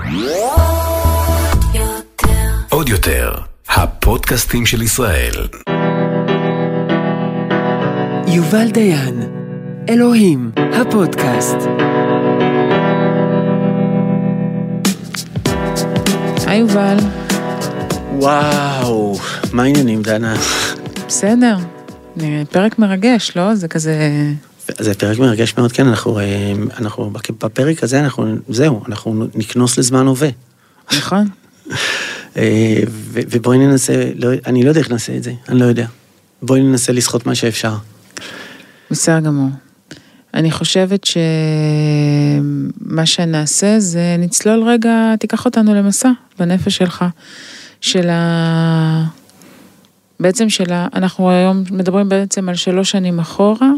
עוד יותר, הפודקאסטים של ישראל. יובל דיין, אלוהים, הפודקאסט. היי יובל. וואו, מה העניינים דנה? בסדר, פרק מרגש, לא? זה כזה... זה פרק מרגש מאוד, כן, אנחנו בפרק הזה, אנחנו נקנוס לזמן הווה. נכון. ובואי ננסה, אני לא יודע איך נעשה את זה, אני לא יודע. בואי ננסה לשחות מה שאפשר. בסדר גמור. אני חושבת שמה שנעשה זה נצלול רגע, תיקח אותנו למסע בנפש שלך, בעצם אנחנו היום מדברים בעצם על 3 שנים אחורה.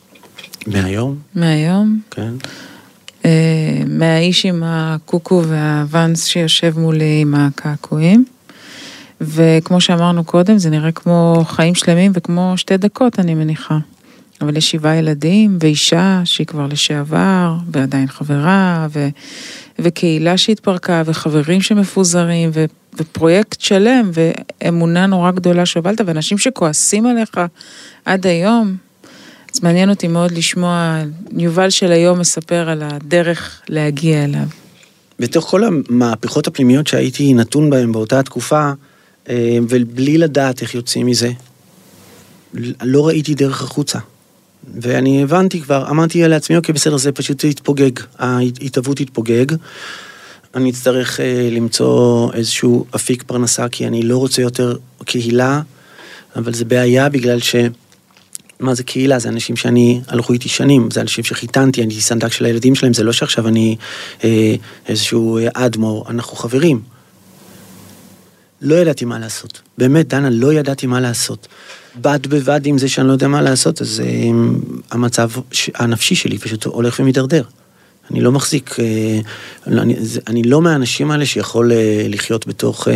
מהיום. כן. מהאיש עם הקוקו והוונס שיושב מולי עם הקעקועים. וכמו שאמרנו קודם, זה נראה כמו חיים שלמים וכמו 2 דקות, אני מניחה. אבל יש 7 ילדים ואישה שהיא כבר לשעבר, ועדיין חברה, וקהילה שהתפרקה, וחברים שמפוזרים, ופרויקט שלם, ואמונה נורא גדולה שהובלת, ואנשים שכועסים עליך עד היום. אז מעניין אותי מאוד לשמוע, יובל של היום מספר על הדרך להגיע אליו. בתוך כל המהפכות הפנימיות שהייתי נתון בהן באותה התקופה, ובלי לדעת איך יוצאים מזה, לא ראיתי דרך החוצה. ואני הבנתי כבר, אמרתי לעצמי, אוקיי, בסדר, זה פשוט יתפוגג, ההתאבות יתפוגג, אני אצטרך למצוא איזשהו אפיק פרנסה, כי אני לא רוצה יותר קהילה, אבל זה בעיה בגלל מה זה קהילה? זה אנשים שאני הלכו איתי שנים, זה אנשים שחיתנתי, אני סנדק של הילדים שלהם, זה לא שעכשיו אני איזשהו אדמור, אנחנו חברים. לא ידעתי מה לעשות. באמת, דנה, לא ידעתי מה לעשות. בד בבד עם זה שאני לא יודע מה לעשות, אז המצב הנפשי שלי פשוט הולך ומתדרדר. אני לא מחזיק, אני לא מהאנשים האלה שיכול לחיות בתוך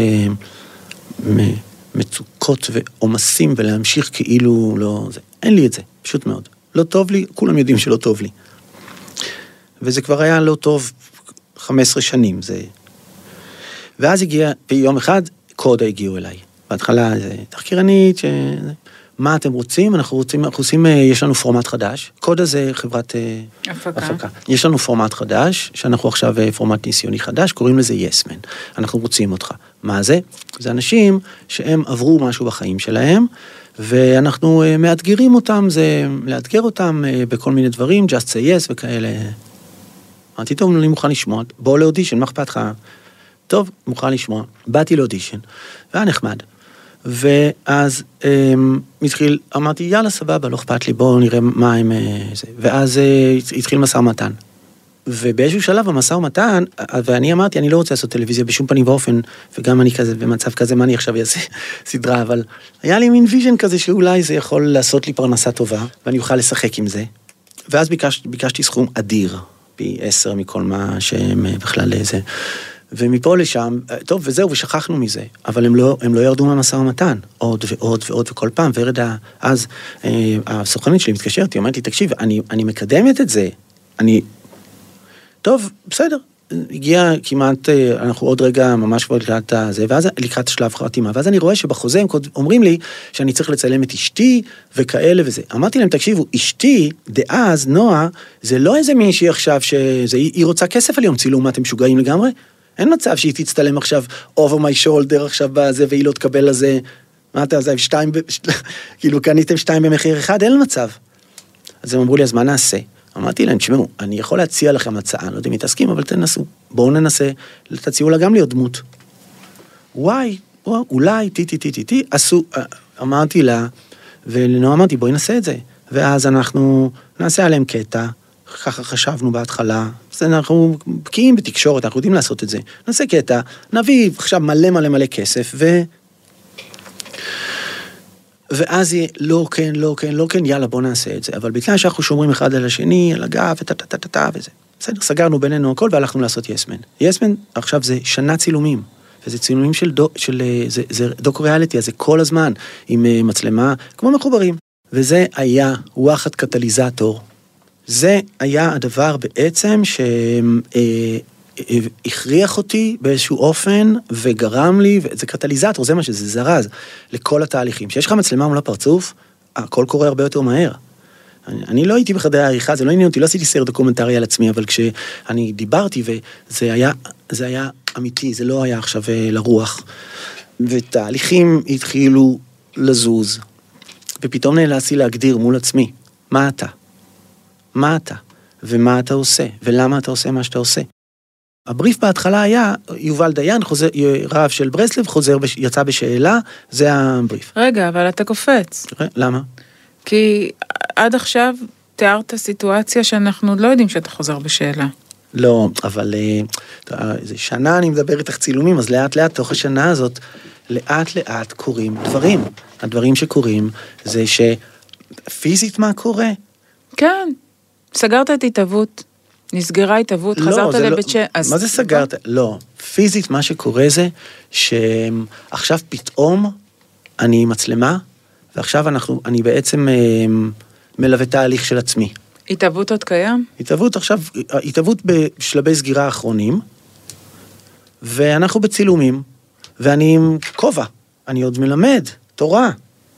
מצוקות ועומסים ולהמשיך כאילו לא... אין לי את זה, פשוט מאוד. לא טוב לי, כולם יודעים שלא טוב לי. וזה כבר היה לא טוב 15 שנים. ואז הגיע, ביום אחד, קודה הגיעו אליי. בהתחלה זה תחקירנית, מה אתם רוצים? אנחנו עושים, יש לנו פורמט חדש. קודה זה חברת הפקה. יש לנו פורמט חדש, שאנחנו עכשיו פורמט ניסיוני חדש, קוראים לזה יסמן. אנחנו רוצים אותך. מה זה? זה אנשים שהם עברו משהו בחיים שלהם, ואנחנו מאתגרים אותם, זה לאתגר אותם בכל מיני דברים, just say yes וכאלה. אמרתי, טוב, אני מוכן לשמוע, בוא לאודישן, מה אכפת לך? טוב, מוכן לשמוע. באתי לאודישן, והיה נחמד. ואז אמרתי, יאללה, סבבה, לא אכפת לי, בואו נראה מה הם זה. ואז התחיל מסע ומתן. ובאיזשהו שלב המסע ומתן, ואני אמרתי, אני לא רוצה לעשות טלוויזיה בשום פנים ואופן, וגם אני כזה, במצב כזה, מה אני עכשיו אעשה סדרה, אבל היה לי מין ויז'ן כזה, שאולי זה יכול לעשות לי פרנסה טובה, ואני אוכל לשחק עם זה. ואז ביקשתי סכום אדיר, פי 10 מכל מה שהם בכלל זה. ומפה לשם, טוב, וזהו, ושכחנו מזה, אבל הם לא ירדו מהמסע ומתן, עוד ועוד ועוד, וכל פעם, אז הסוכנית שלי מתקשרת, היא אומרת לי, תקשיב, אני מקדמת את זה, טוב, בסדר, הגיע כמעט, אנחנו עוד רגע ממש כבר לקראת זה, ואז לקראת שלב חתימה, ואז אני רואה שבחוזה הם אומרים לי שאני צריך לצלם את אשתי וכאלה וזה. אמרתי להם, תקשיבו, אשתי, דאז, נועה, זה לא איזה מישהי עכשיו היא רוצה כסף על יום צילום, אתם משוגעים לגמרי? אין מצב שהיא תצטלם עכשיו over my shoulder עכשיו בזה, והיא לא תקבל לזה, מה אתה, זה 2, כאילו קניתם 2 במחיר אחד, אין מצב. אז הם אמרו לי, אז מה נעשה? אמרתי להם, תשמעו, אני יכול להציע לכם הצעה, לא יודע אם תסכים, אבל תנסו. בואו ננסה, תציעו לה גם להיות דמות. וואי, אולי, עשו, אמרתי לה, ולא אמרתי, בואי נעשה את זה. ואז אנחנו נעשה עליהם קטע, ככה חשבנו בהתחלה, אנחנו בקיאים בתקשורת, אנחנו יודעים לעשות את זה. נעשה קטע, נביא עכשיו מלא כסף, ואז יהיה, לא כן, יאללה, בוא נעשה את זה. אבל בתנאי שאנחנו שומרים אחד על השני, על הגב, וזה. בסדר, סגרנו בינינו הכל, והלכנו לעשות יסמן. יסמן, עכשיו זה שנה צילומים, וזה צילומים זה דוק ריאליטי, זה כל הזמן, עם מצלמה, כמו מחוברים. וזה היה וואחד קטליזטור. זה היה הדבר בעצם הכריח אותי באיזשהו אופן, וגרם לי, וזה קטליזטור, זה מה שזה זרז, לכל התהליכים. כשיש לך מצלמה מול הפרצוף, הכל קורה הרבה יותר מהר. אני לא הייתי בחדרי העריכה, זה לא עניין אותי, לא עשיתי סרט דוקומנטרי על עצמי, אבל כשאני דיברתי, וזה היה אמיתי, זה לא היה עכשיו לרוח, ותהליכים התחילו לזוז, ופתאום נאלצתי להגדיר מול עצמי, מה אתה? מה אתה? ומה אתה עושה? ולמה אתה עושה מה שאתה עושה? הבריף בהתחלה היה, יובל דיין, רב של ברסלב, יצא בשאלה, זה הבריף. רגע, אבל אתה קופץ. למה? כי עד עכשיו תיארת סיטואציה שאנחנו לא יודעים שאתה חוזר בשאלה. לא, אבל זה שנה אני מדבר איתך צילומים, אז לאט לאט, תוך השנה הזאת, לאט לאט קורים דברים. הדברים שקורים זה שפיזית מה קורה? כן, סגרת את התאבות, נסגרה התאבות, חזרת לבית מה זה סגרת? לא, פיזית מה שקורה זה שעכשיו פתאום אני מצלמה, ועכשיו אני בעצם מלווה תהליך של עצמי. התאבות עוד קיים? התאבות בשלבי סגירה האחרונים, ואנחנו בצילומים, ואני עם כובע, אני עוד מלמד, תורה.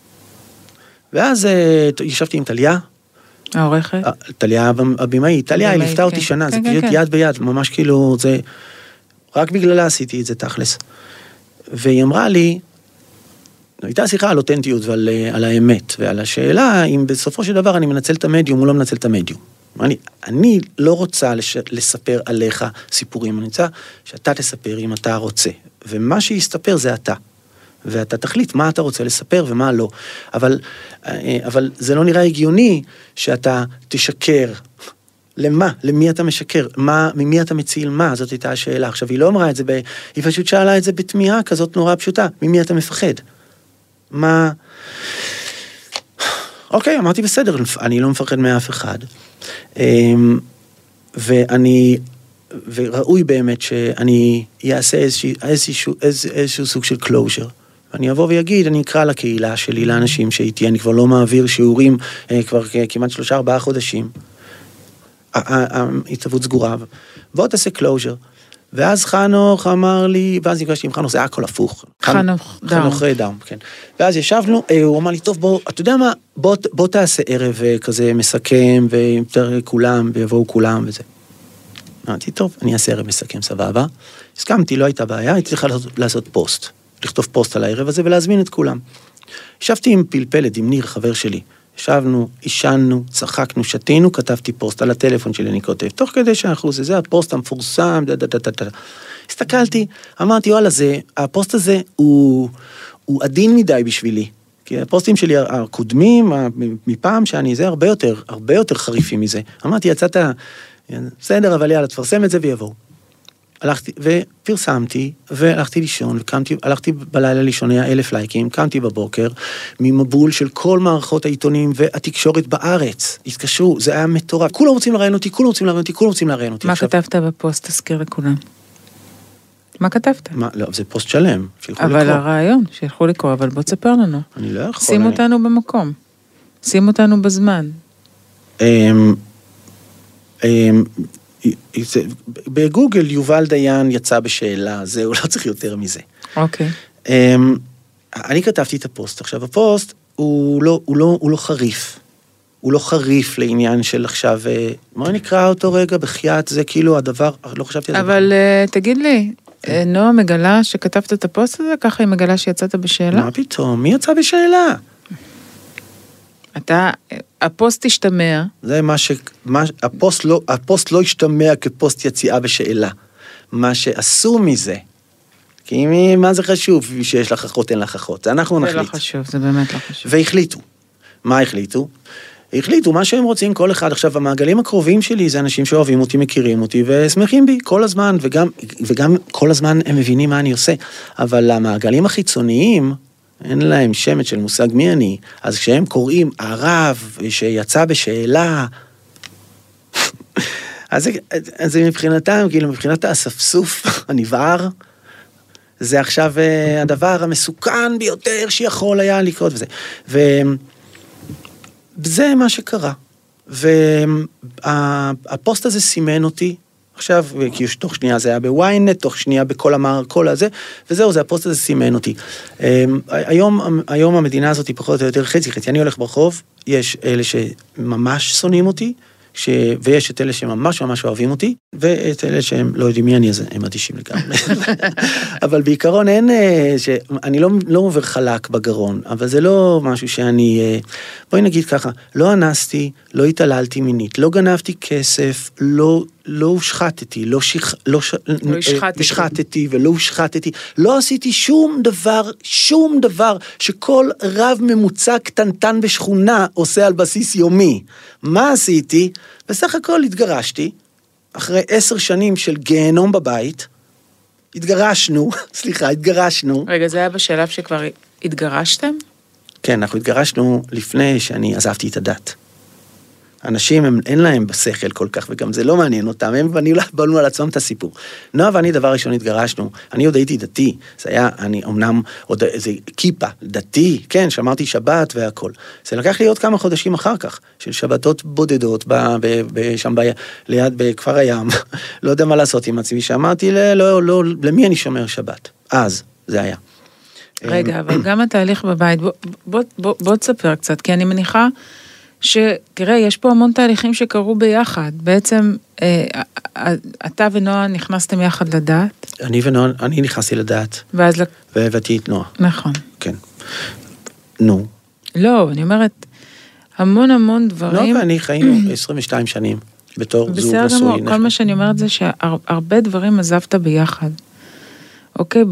ואז ישבתי עם טליה. העורכת? טליה הבימאית. טליה, היא ליפתה אותי שנה, זה פשוט יד ביד, ממש כאילו, זה, רק בגללה עשיתי את זה תכלס. והיא אמרה לי, הייתה שיחה על אותנטיות ועל האמת, ועל השאלה אם בסופו של דבר אני מנצל את המדיום או לא מנצל את המדיום. אני לא רוצה לספר עליך סיפורים, אני רוצה שאתה תספר אם אתה רוצה, ומה שיסתפר זה אתה, ואתה תחליט מה אתה רוצה לספר ומה לא, אבל זה לא נראה הגיוני שאתה תשקר. למה? למי אתה משקר? ממי אתה מציל מה? זאת הייתה השאלה. עכשיו, היא לא אמרה את זה, היא פשוט שאלה את זה בתמיהה כזאת נורא פשוטה. ממי אתה מפחד? מה? אוקיי, אמרתי בסדר, אני לא מפחד מאף אחד. וראוי באמת שאני אעשה איזשהו סוג של closure. ואני אבוא ויגיד, אני אקרא לקהילה שלי, לאנשים שאיתי, אני כבר לא מעביר שיעורים כבר כמעט 3-4 חודשים. ההתאבות סגורה. בוא תעשה closure. ואז חנוך אמר לי, ואז נפגשתי עם חנוך, זה היה הכל הפוך. חנוך דאום, כן. ואז ישבנו, הוא אמר לי, טוב, בוא, אתה יודע מה, בוא תעשה ערב כזה מסכם, וכולם, ויבואו כולם וזה. אמרתי, טוב, אני אעשה ערב מסכם, סבבה. הסכמתי, לא הייתה בעיה, הייתי צריכה לעשות פוסט, לכתוב פוסט על הערב הזה ולהזמין את כולם. ישבתי עם פלפלת, עם ניר, חבר שלי. ישבנו, אישנו, צחקנו, שתינו, כתבתי פוסט על הטלפון שלי, אני כותב, תוך כדי שאנחנו, זה הפוסט המפורסם, הסתכלתי, אמרתי, וואלה, הפוסט הזה הוא עדין מדי בשבילי, כי הפוסטים שלי הקודמים, מפעם שאני, זה הרבה יותר חריפים מזה. אמרתי, יצאת, בסדר, אבל יאללה, תפרסם את זה ויבואו. הלכתי, ופרסמתי, והלכתי לישון, הלכתי בלילה לישון, היה 1,000 לייקים, קמתי בבוקר, ממבול של כל מערכות העיתונים והתקשורת בארץ, התקשרו, זה היה מטורף, כולם רוצים לראיין אותי, כולם רוצים לראיין אותי. מה כתבת בפוסט, תזכיר לכולם? מה כתבת? לא, זה פוסט שלם, שילכו לקרוא. אבל הרעיון, שילכו לקרוא, אבל בוא תספר לנו. אני לא יכול. שים אותנו במקום, שים אותנו בזמן. בגוגל יובל דיין יצא בשאלה, זהו, לא צריך יותר מזה. אוקיי. אני כתבתי את הפוסט. עכשיו, הפוסט הוא לא חריף. הוא לא חריף לעניין של עכשיו, מה נקרא אותו רגע? בחייאת, זה כאילו הדבר, לא חשבתי על זה. אבל תגיד לי, נועה מגלה שכתבת את הפוסט הזה, ככה היא מגלה שיצאת בשאלה? מה פתאום? מי יצא בשאלה? הפוסט השתמע. זה הפוסט לא השתמע כפוסט יציאה בשאלה. מה שעשו מזה, כי מה זה חשוב שיש לך אחות, אין לך אחות, זה אנחנו נחליט. זה לא חשוב, זה באמת לא חשוב. והחליטו. מה החליטו? החליטו מה שהם רוצים כל אחד. עכשיו, המעגלים הקרובים שלי זה אנשים שאוהבים אותי, מכירים אותי ושמחים בי כל הזמן, וגם כל הזמן הם מבינים מה אני עושה. אבל המעגלים החיצוניים, אין להם שמץ של מושג מי אני, אז כשהם קוראים הרב שיצא בשאלה, אז זה מבחינתם, כאילו מבחינת האספסוף הנבער, זה עכשיו הדבר המסוכן ביותר שיכול היה לקרות וזה. וזה מה שקרה. והפוסט הזה סימן אותי עכשיו, כי תוך שנייה זה היה בוויינט, תוך שנייה בכל כל הזה, וזהו, זה הפוסט הזה סימן אותי. היום המדינה הזאת היא פחות או יותר חצי. אני הולך ברחוב, יש אלה שממש שונאים אותי, ויש את אלה שממש ממש אוהבים אותי, ואת אלה שהם לא יודעים מי אני, אז הם אדישים לגמרי. אבל בעיקרון אין, אני לא עובר חלק בגרון, אבל זה לא משהו שאני, בואי נגיד ככה, לא אנסתי, לא התעללתי מינית, לא גנבתי כסף, לא הושחתתי, השחתתי ולא הושחתתי, לא עשיתי שום דבר שכל רב ממוצע קטנטן בשכונה עושה על בסיס יומי. מה עשיתי? בסך הכל התגרשתי, אחרי 10 שנים של גיהנום בבית, התגרשנו. רגע, זה היה בשלב שכבר התגרשתם? כן, אנחנו התגרשנו לפני שאני עזבתי את הדת. אנשים, אין להם בשכל כל כך, וגם זה לא מעניין אותם, הם בנו על עצמם את הסיפור. נועה ואני דבר ראשון התגרשנו, אני עוד הייתי דתי, זה היה, אני אמנם עוד איזה כיפה, דתי, כן, שמרתי שבת והכל. זה לקח לי עוד כמה חודשים אחר כך, של שבתות בודדות, שם ליד בכפר הים, לא יודע מה לעשות עם עצמי, שאמרתי, לא, למי אני שומר שבת? אז, זה היה. רגע, אבל גם התהליך בבית, בוא תספר קצת, כי אני מניחה, שתראה, יש פה המון תהליכים שקרו ביחד. בעצם, אתה ונועה נכנסתם יחד לדעת. אני נכנסתי לדעת. ואז והבאתי את נועה. נכון. כן. נו. לא, אני אומרת, המון דברים. נועה ואני חיינו 22 שנים, בתור זוג נשוי. בסדר גמור, כל מה שאני אומרת זה שהרבה דברים עזבת ביחד. אוקיי?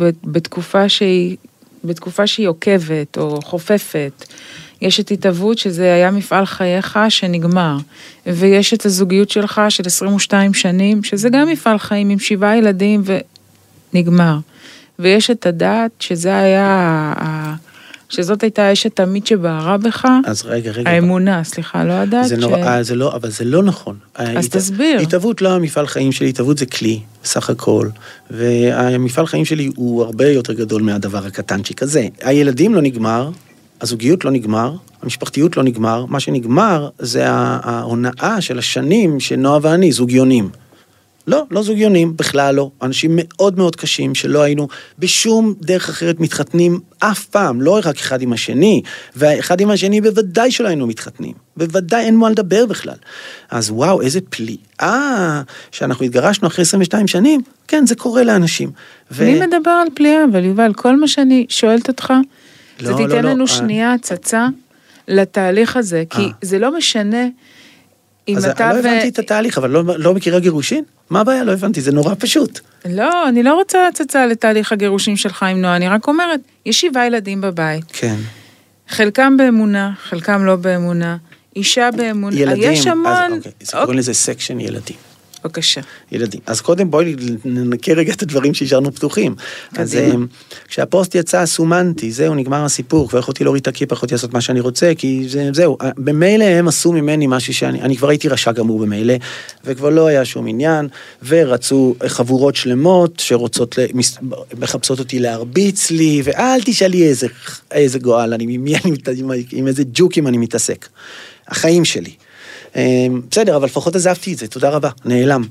בתקופה שהיא עוקבת או חופפת, יש את התאבות שזה היה מפעל חייך שנגמר, ויש את הזוגיות שלך של 22 שנים, שזה גם מפעל חיים עם 7 ילדים ונגמר. ויש את הדעת שזה היה, שזאת הייתה אשת תמיד שבערה בך. אז רגע. האמונה, סליחה, לא הדעת. אבל זה לא נכון. אז תסביר. התאבות לא המפעל חיים שלי, התאבות זה כלי, סך הכל, והמפעל חיים שלי הוא הרבה יותר גדול מהדבר הקטנצ'יק הזה. הילדים לא נגמר, הזוגיות לא נגמר, המשפחתיות לא נגמר, מה שנגמר זה ההונאה של השנים שנועה ואני זוגיונים. לא זוגיונים, בכלל לא. אנשים מאוד מאוד קשים שלא היינו בשום דרך אחרת מתחתנים אף פעם, לא רק אחד עם השני, ואחד עם השני בוודאי שלא היינו מתחתנים. בוודאי אין מה לדבר בכלל. אז וואו, איזה פליאה שאנחנו התגרשנו אחרי 22 שנים, כן, זה קורה לאנשים. מי מדבר על פליאה? אבל יובל, כל מה שאני שואלת אותך, זה תיתן לנו שנייה הצצה לתהליך הזה, כי זה לא משנה אם אתה לא הבנתי את התהליך, אבל לא מכירה גירושין? מה הבעיה? לא הבנתי, זה נורא פשוט. לא, אני לא רוצה הצצה לתהליך הגירושים שלך עם נועה, אני רק אומרת, יש 7 ילדים בבית. כן. חלקם באמונה, חלקם לא באמונה, אישה באמונה, ילדים, יש המון... אז קוראים לזה סקשן ילדים. בבקשה. ילדים. אז קודם בואי ננקה רגע את הדברים שהשארנו פתוחים. אז כשהפוסט יצא, סומנתי, זהו, נגמר הסיפור, כבר יכולתי להוריד את הכיפה, יכולתי לעשות מה שאני רוצה, כי זהו, במילא הם עשו ממני משהו אני כבר הייתי רשע גמור במילא, וכבר לא היה שום עניין, ורצו חבורות שלמות, שרוצות, מחפשות אותי להרביץ לי, ואל תשאלי איזה גועל, עם איזה ג'וקים אני מתעסק. החיים שלי. בסדר, אבל לפחות עזבתי את זה, תודה רבה, נעלם.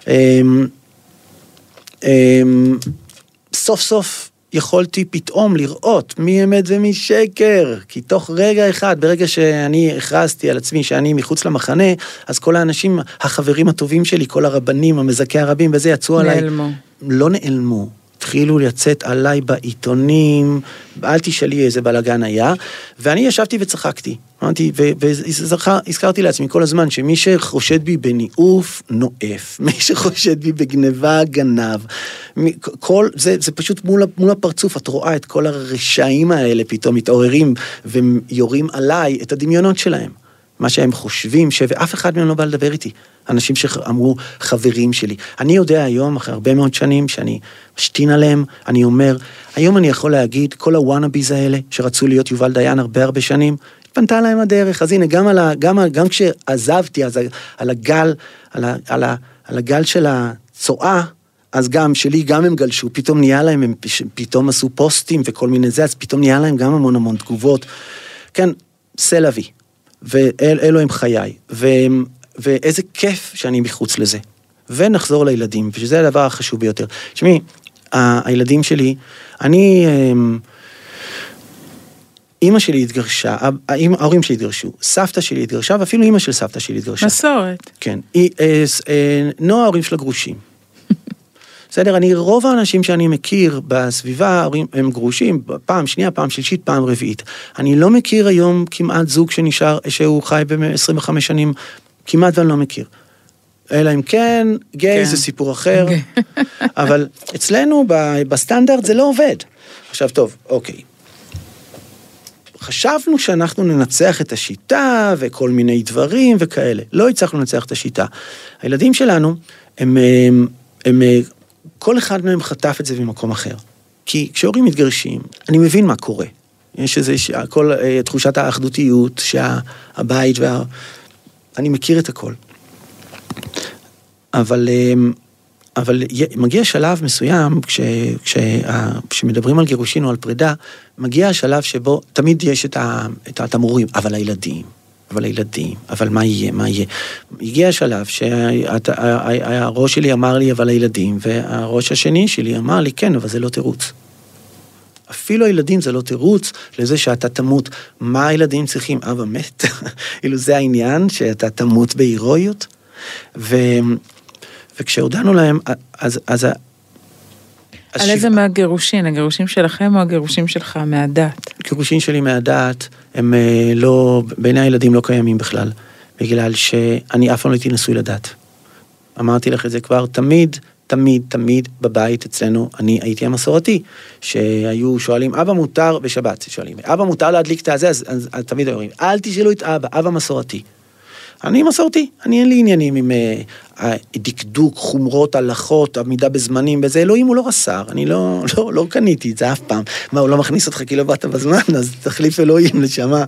סוף סוף יכולתי פתאום לראות מי אמת ומי שקר, כי תוך רגע אחד, ברגע שאני הכרזתי על עצמי שאני מחוץ למחנה, אז כל האנשים, החברים הטובים שלי, כל הרבנים, המזכי הרבים, וזה יצאו עליי. נעלמו. לא נעלמו. התחילו לצאת עליי בעיתונים, אל תשאלי איזה בלגן היה, ואני ישבתי וצחקתי. אמרתי, והזכרתי לעצמי כל הזמן, שמי שחושד בי בניאוף, נואף. מי שחושד בי בגניבה, גנב. זה פשוט מול הפרצוף, את רואה את כל הרשעים האלה, פתאום מתעוררים ויורים עליי את הדמיונות שלהם. מה שהם חושבים, ואף אחד מהם לא בא לדבר איתי. אנשים שאמרו, חברים שלי. אני יודע היום, אחרי הרבה מאוד שנים, שאני משתין עליהם, אני אומר, היום אני יכול להגיד, כל הוואנאביז האלה, שרצו להיות יובל דיין הרבה שנים, פנתה להם הדרך. אז הנה, גם כשעזבתי, אז על הגל של הצועה, אז גם שלי, גם הם גלשו, פתאום נהיה להם, הם פתאום עשו פוסטים וכל מיני זה, אז פתאום נהיה להם גם המון תגובות. כן, סלבי. ואלו הם חיי, ואיזה כיף שאני מחוץ לזה. ונחזור לילדים, ושזה הדבר החשוב ביותר. תשמעי, הילדים שלי, אמא שלי התגרשה, ההורים שלי התגרשו, סבתא שלי התגרשה, ואפילו אמא של סבתא שלי התגרשה. מסורת. כן. נועה ההורים של הגרושים. בסדר, רוב האנשים שאני מכיר בסביבה, הם גרושים, פעם שנייה, פעם שלישית, פעם רביעית. אני לא מכיר היום כמעט זוג שהוא חי ב-25 שנים, כמעט ואני לא מכיר. אלא אם כן, גיי זה סיפור אחר, אבל אצלנו בסטנדרט זה לא עובד. עכשיו טוב, אוקיי. חשבנו שאנחנו ננצח את השיטה וכל מיני דברים וכאלה. לא הצלחנו לנצח את השיטה. הילדים שלנו, כל אחד מהם חטף את זה במקום אחר. כי כשהורים מתגרשים, אני מבין מה קורה. יש כל תחושת האחדותיות שהבית אני מכיר את הכל. אבל מגיע שלב מסוים, כשמדברים על גירושין או על פרידה, מגיע השלב שבו תמיד יש את התמרורים, אבל הילדים, אבל מה יהיה? הגיע השלב שהראש שלי אמר לי, אבל הילדים, והראש השני שלי אמר לי, כן, אבל זה לא תירוץ. אפילו הילדים זה לא תירוץ לזה שאתה תמות. מה הילדים צריכים? אבא מת. אילו זה העניין, שאתה תמות בהירואיות. וכשהודענו להם, אז על איזה מהגירושים? הגירושים שלכם או הגירושים שלך מהדת? הגירושים שלי מהדת, הם לא, בעיני הילדים לא קיימים בכלל, בגלל שאני אף פעם לא הייתי נשוי לדת. אמרתי לך את זה כבר, תמיד בבית אצלנו, אני הייתי המסורתי, שהיו שואלים, אבא מותר בשבת, שואלים, אבא מותר להדליק את הזה, אז תמיד אומרים, אל תשאלו את אבא מסורתי. אני מסורתי, אין לי עניינים עם דקדוק, חומרות, הלכות, עמידה בזמנים, בזה אלוהים הוא לא רס"ר, אני לא קניתי את זה אף פעם. מה, הוא לא מכניס אותך כי לא באת בזמן, אז תחליף אלוהים לשמה.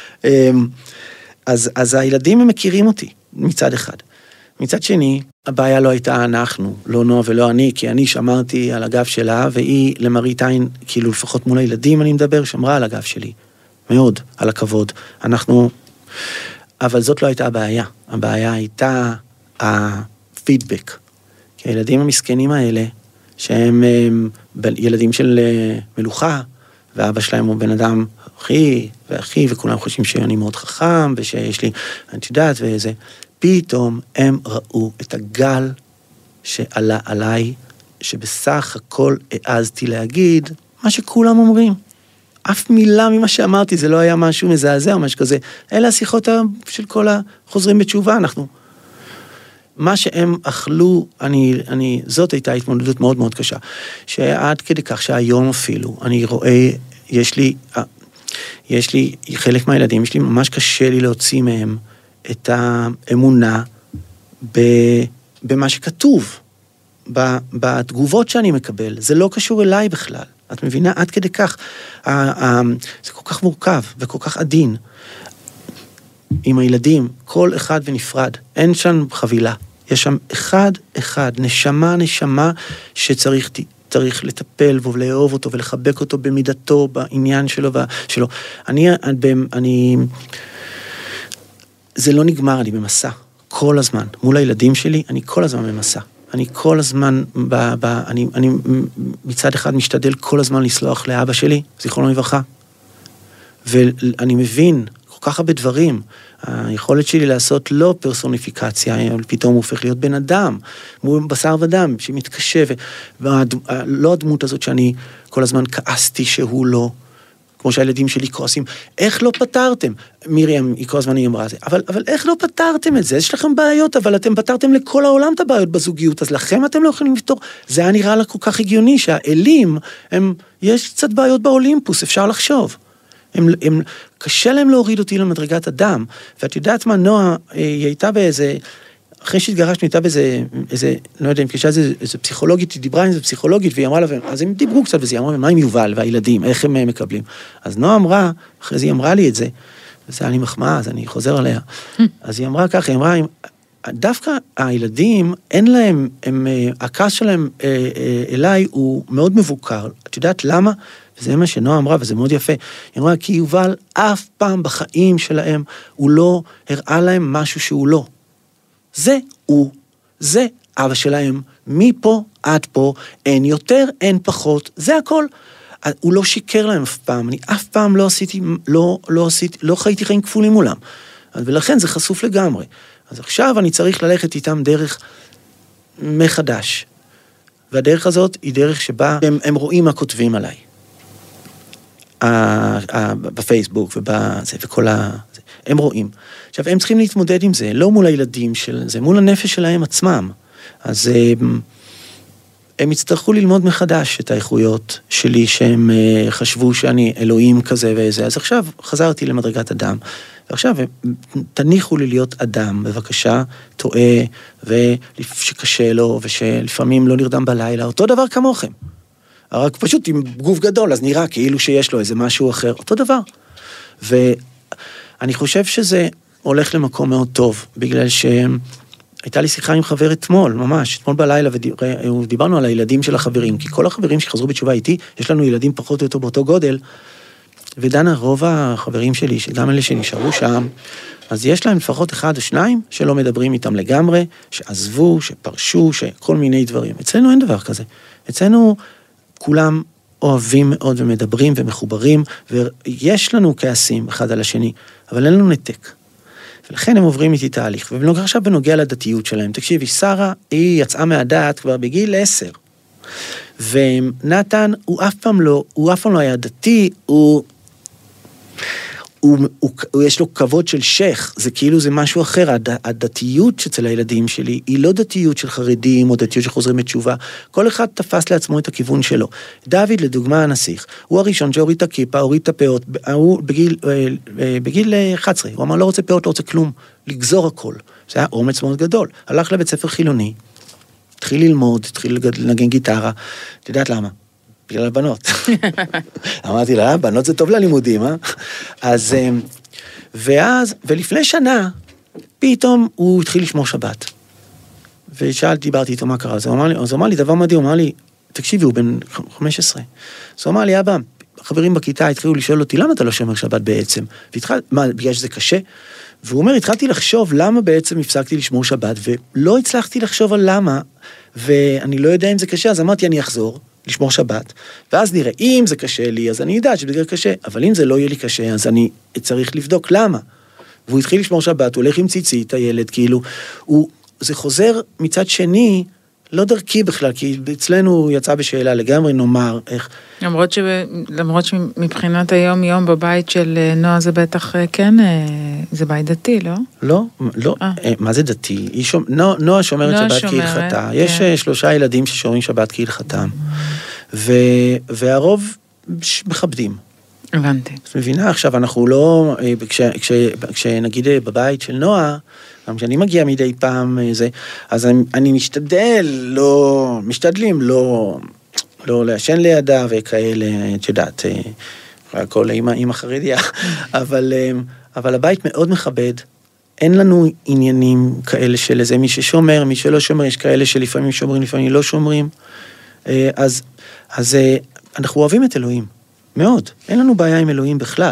אז הילדים הם מכירים אותי, מצד אחד. מצד שני, הבעיה לא הייתה אנחנו, לא נועה ולא אני, כי אני שמרתי על הגב שלה, והיא למראית עין, כאילו לפחות מול הילדים אני מדבר, שמרה על הגב שלי. מאוד, על הכבוד. אבל זאת לא הייתה הבעיה. הבעיה הייתה הפידבק. כי הילדים המסכנים האלה, שהם ילדים של מלוכה, ואבא שלהם הוא בן אדם אחי, וכולם חושבים שאני מאוד חכם, ושיש לי אנטידט וזה, פתאום הם ראו את הגל שעלה עליי, שבסך הכל העזתי להגיד מה שכולם אומרים. אף מילה ממה שאמרתי, זה לא היה משהו מזעזע או משהו כזה. אלה השיחות של כל החוזרים בתשובה, מה שהם אכלו, זאת הייתה התמודדות מאוד מאוד קשה. שעד כדי כך שהיום אפילו, אני רואה, יש לי חלק מהילדים, יש לי ממש קשה לי להוציא מהם את האמונה במה שכתוב, בתגובות שאני מקבל. זה לא קשור אליי בכלל. את מבינה? עד כדי כך. זה כל כך מורכב וכל כך עדין. עם הילדים, כל אחד ונפרד. אין שם חבילה. יש שם אחד, נשמה שצריך לטפל בו ולאהוב אותו ולחבק אותו במידתו, בעניין שלו. זה לא נגמר, אני במסע. כל הזמן. מול הילדים שלי, אני כל הזמן במסע. אני כל הזמן, אני מצד אחד משתדל כל הזמן לסלוח לאבא שלי, זיכרונו לברכה, ואני מבין כל כך הרבה דברים, היכולת שלי לעשות לא פרסוניפיקציה, פתאום הוא הופך להיות בן אדם, הוא בשר ודם שמתקשה, ולא הדמות הזאת שאני כל הזמן כעסתי שהוא לא, כמו שהילדים שלי כועסים, איך לא פתרתם? מרים, היא כל הזמן היא אמרה זה, אבל איך לא פתרתם את זה? יש לכם בעיות, אבל אתם פתרתם לכל העולם את הבעיות בזוגיות, אז לכם אתם לא יכולים לפתור. זה היה נראה לה כל כך הגיוני, שהאלים, יש קצת בעיות באולימפוס, אפשר לחשוב. קשה להם להוריד אותי למדרגת אדם, ואת יודעת מה, נועה, היא הייתה באיזה, אחרי שהתגרשנו, הייתה באיזה, לא יודע, אם קשה איזה פסיכולוגית, היא דיברה עם איזה פסיכולוגית, והיא אמרה לה, אז הם דיברו קצת בזה, היא אמרה, מה עם יובל והילדים, איך הם מקבלים? אז נועה אמרה, אחרי זה היא אמרה לי את זה, וזה היה לי מחמאה, אז אני חוזר עליה. אז היא אמרה ככה, היא אמרה, דווקא הילדים, אין להם, הכעס שלהם אליי הוא מאוד מבוקר. את יודעת למה? וזה מה שנועה אמרה, וזה מאוד יפה. היא אמרה, כי יובל אף פעם בחיים שלהם, הוא לא הראה להם משהו שהוא לא. זה הוא, זה אבא שלהם, מפה עד פה, אין יותר, אין פחות, זה הכל. הוא לא שיקר להם אף פעם, אני אף פעם לא חייתי חיים כפולים מולם, ולכן זה חשוף לגמרי. אז עכשיו אני צריך ללכת איתם דרך מחדש, והדרך הזאת היא דרך שבה הם רואים מה כותבים עליי. בפייסבוק וכל הם רואים. עכשיו, הם צריכים להתמודד עם זה, לא מול הילדים של זה, מול הנפש שלהם עצמם. אז הם יצטרכו ללמוד מחדש את האיכויות שלי, שהם חשבו שאני אלוהים כזה וזה. אז עכשיו חזרתי למדרגת אדם, ועכשיו תניחו לי להיות אדם, בבקשה, טועה, ושקשה לו, ושלפעמים לא נרדם בלילה, אותו דבר כמוכם. רק פשוט עם גוף גדול, אז נראה כאילו שיש לו איזה משהו אחר, אותו דבר. ואני חושב שזה הולך למקום מאוד טוב, בגלל שהייתה לי שיחה עם חבר אתמול, ממש, אתמול בלילה, ודיברנו על הילדים של החברים, כי כל החברים שחזרו בתשובה איתי, יש לנו ילדים פחות או יותר באותו גודל, ודנה, רוב החברים שלי, גם אלה שנשארו שם, אז יש להם לפחות 1 או 2 שלא מדברים איתם לגמרי, שעזבו, שפרשו, שכל מיני דברים. אצלנו אין דבר כזה. אצלנו כולם אוהבים מאוד ומדברים ומחוברים, ויש לנו כעסים אחד על השני, אבל אין לנו נתק. ולכן הם עוברים איתי תהליך. ועכשיו בנוגע לדתיות שלהם, תקשיבי, שרה, היא יצאה מהדת כבר בגיל 10. ונתן, הוא אף פעם לא היה דתי, יש לו כבוד של שייך, זה כאילו זה משהו אחר, הדתיות אצל הילדים שלי, היא לא דתיות של חרדים, או דתיות שחוזרים בתשובה, כל אחד תפס לעצמו את הכיוון שלו. דוד, לדוגמה, הנסיך, הוא הראשון שהוריד את הכיפה, הוריד את הפאות, הוא בגיל 11, הוא אמר, לא רוצה פאות, לא רוצה כלום, לגזור הכל. זה היה אומץ מאוד גדול. הלך לבית ספר חילוני, התחיל ללמוד, התחיל לנגן גיטרה, את יודעת למה? בגלל הבנות. אמרתי לה, בנות זה טוב ללימודים, אה? אז, ולפני שנה, פתאום הוא התחיל לשמור שבת. דיברתי איתו מה קרה, אז הוא אמר לי דבר מדהים, הוא אמר לי, תקשיבי, הוא בן 15. אז הוא אמר לי, אבא, חברים בכיתה התחילו לשאול אותי, למה אתה לא שומר שבת בעצם? מה, בגלל שזה קשה? והוא אומר, התחלתי לחשוב למה בעצם הפסקתי לשמור שבת, ולא הצלחתי לחשוב על למה, ואני לא יודע אם זה קשה, אז אמרתי, אני אחזור. לשמור שבת, ואז נראה, אם זה קשה לי, אז אני יודע שבגלל קשה, אבל אם זה לא יהיה לי קשה, אז אני צריך לבדוק למה. והוא התחיל לשמור שבת, הוא הולך עם ציצית, הילד, כאילו, זה חוזר מצד שני, לא דרכי בכלל, כי אצלנו הוא יצא בשאלה לגמרי, נאמר, איך... למרות שמבחינת היום בבית של נועה זה בטח כן, זה בית דתי, לא? לא, מה זה דתי? נועה שומרת שבת כהלכתה, יש 3 ילדים ששומרים שבת כהלכתם, והרוב מכבדים. הבנתי. את מבינה, עכשיו אנחנו לא, כשנגיד בבית של נועה, גם כשאני מגיע מדי פעם אז אני משתדלים לא לעשן לידה וכאלה, את יודעת, הכל עם החרדיה, אבל הבית מאוד מכבד, אין לנו עניינים כאלה של איזה מי ששומר, מי שלא שומר, יש כאלה שלפעמים שומרים, לפעמים לא שומרים, אז אנחנו אוהבים את אלוהים, מאוד, אין לנו בעיה עם אלוהים בכלל.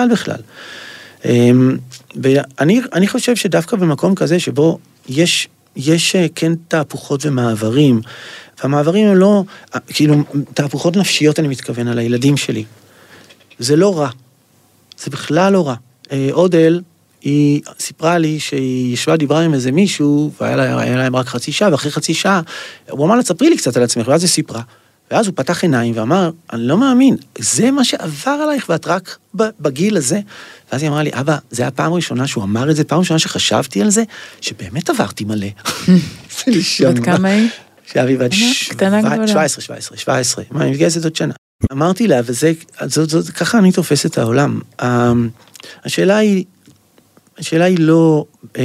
ואני חושב שדווקא במקום כזה שבו יש כן תהפוכות ומעברים, והמעברים הם לא, כאילו, תהפוכות נפשיות אני מתכוון על הילדים שלי. זה לא רע. זה בכלל לא רע. אודל, היא סיפרה לי שהיא ישבה דיברה עם איזה מישהו, והיה להם רק חצי שעה, ואחרי חצי שעה, הוא אמר לה, ספרי לי קצת על עצמך, ואז היא סיפרה. ואז הוא פתח עיניים ואמר, אני לא מאמין, זה מה שעבר עלייך, ואת רק בגיל הזה. ואז היא אמרה לי, אבא, זה הפעם הראשונה שהוא אמר את זה, פעם ראשונה שחשבתי על זה, שבאמת עברתי מלא. בת כמה היא? שאבי בת 17. מה, אני מתגייסת עוד שנה. אמרתי לה, ככה אני תופס את העולם. השאלה היא לא,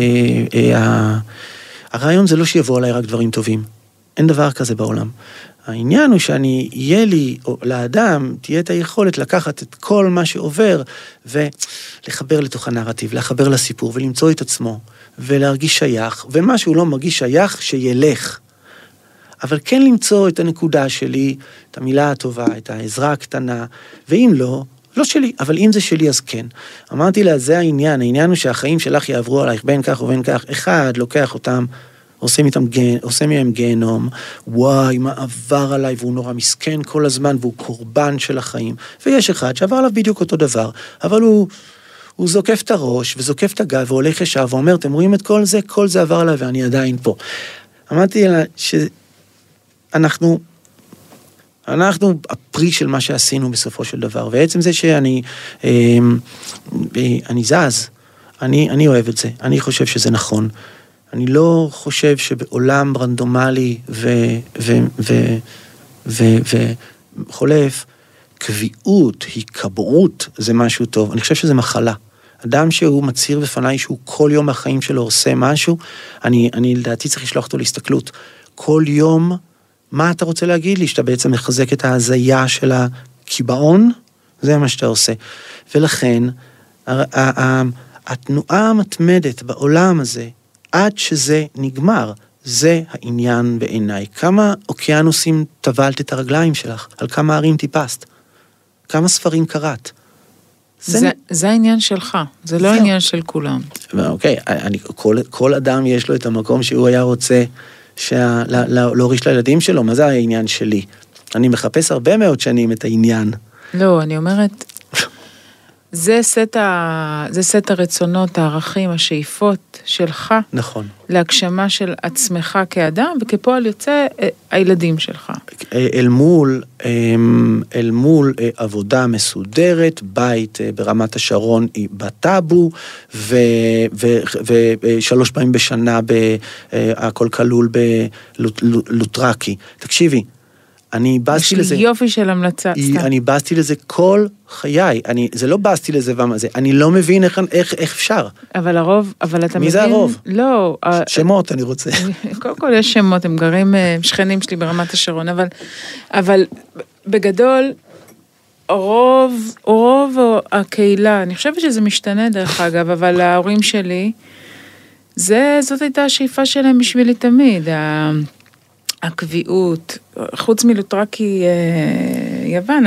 הרעיון זה לא שיבוא עליי רק דברים טובים. אין דבר כזה בעולם. העניין הוא יהיה לי, או לאדם, תהיה את היכולת לקחת את כל מה שעובר, ולחבר לתוך הנרטיב, לחבר לסיפור, ולמצוא את עצמו, ולהרגיש שייך, ומה שהוא לא מרגיש שייך, שילך. אבל כן למצוא את הנקודה שלי, את המילה הטובה, את העזרה הקטנה, ואם לא, לא שלי, אבל אם זה שלי אז כן. אמרתי לה, זה העניין הוא שהחיים שלך יעברו עלייך בין כך ובין כך, אחד לוקח אותם, עושה מהם גיהנום, וואי, מה עבר עליי, והוא נורא מסכן כל הזמן, והוא קורבן של החיים. ויש אחד שעבר עליו בדיוק אותו דבר, אבל הוא זוקף את הראש, וזוקף את הגב, והולך ישר, ואומר, אתם רואים את כל זה עבר עליי, ואני עדיין פה. אמרתי לה שאנחנו הפרי של מה שעשינו בסופו של דבר, ועצם זה שאני זז, אני אוהב את זה, אני חושב שזה נכון. אני לא חושב שבעולם רנדומלי וחולף, קביעות, הקבעות, זה משהו טוב. אני חושב שזה מחלה. אדם שהוא מצהיר בפניי שהוא כל יום מהחיים שלו עושה משהו, אני לדעתי צריך לשלוח אותו להסתכלות. כל יום, מה אתה רוצה להגיד לי? שאתה בעצם מחזק את ההזיה של הקיבעון? זה מה שאתה עושה. ולכן, התנועה המתמדת בעולם הזה, עד שזה נגמר, זה העניין בעיניי. כמה אוקיינוסים טבלת את הרגליים שלך? על כמה ערים טיפסת? כמה ספרים קראת? זה העניין שלך, זה לא העניין של כולם. אוקיי, כל אדם יש לו את המקום שהוא היה רוצה להוריש לילדים שלו, מה זה העניין שלי? אני מחפש הרבה מאוד שנים את העניין. לא, אני אומרת, זה סט הרצונות, הערכים, השאיפות שלך. נכון. להגשמה של עצמך כאדם, וכפועל יוצא הילדים שלך. אל מול עבודה מסודרת, בית ברמת השרון בטאבו, ו3 פעמים בשנה הכל כלול בלוטרקי. תקשיבי, אני באסתי לזה. יש לי יופי של המלצה. אני באסתי לזה כל חיי. זה לא באסתי לזה ומה זה. אני לא מבין איך אפשר. אבל הרוב, אבל אתה מבין... מי זה הרוב? לא. שמות אני רוצה. קודם כל יש שמות, הם גרים שכנים שלי ברמת השרון, אבל בגדול, רוב הקהילה, אני חושבת שזה משתנה דרך אגב, אבל ההורים שלי, זאת הייתה השאיפה שלהם בשבילי תמיד, הקביעות, חוץ מלוטרקי יוון,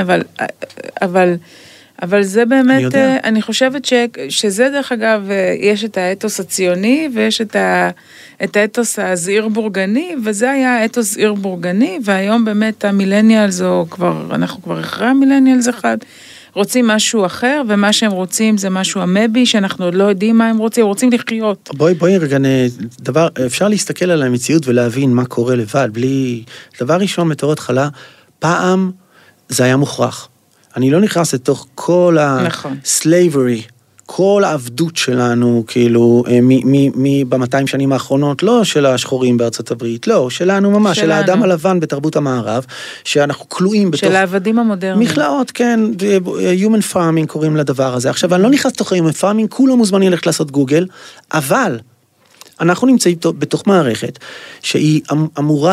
אבל זה באמת, אני חושבת שזה דרך אגב, יש את האתוס הציוני, ויש את האתוס הזעיר בורגני, וזה היה האתוס זעיר בורגני, והיום באמת המילניאל זו אנחנו כבר אחרי המילניאל אחד, רוצים משהו אחר, ומה שהם רוצים זה משהו המבי, שאנחנו עוד לא יודעים מה הם רוצים לחיות. בואי רגע, אפשר להסתכל על המציאות ולהבין מה קורה לבד, בלי... דבר ראשון, בתור התחלה, פעם זה היה מוכרח. אני לא נכנס לתוך כל ה-slavery, כל העבדות שלנו, כאילו, ב-200 שנים האחרונות, לא של השחורים בארצות הברית, לא, שלנו ממש, של האדם הלבן בתרבות המערב, שאנחנו כלואים בתוך... של העבדים המודרניים. מכלאות, כן, human farming קוראים לדבר הזה. עכשיו, אני לא נכנס לתוך human farming, כולם מוזמנים ללכת לעשות גוגל, אבל אנחנו נמצאים בתוך מערכת, שהיא אמורה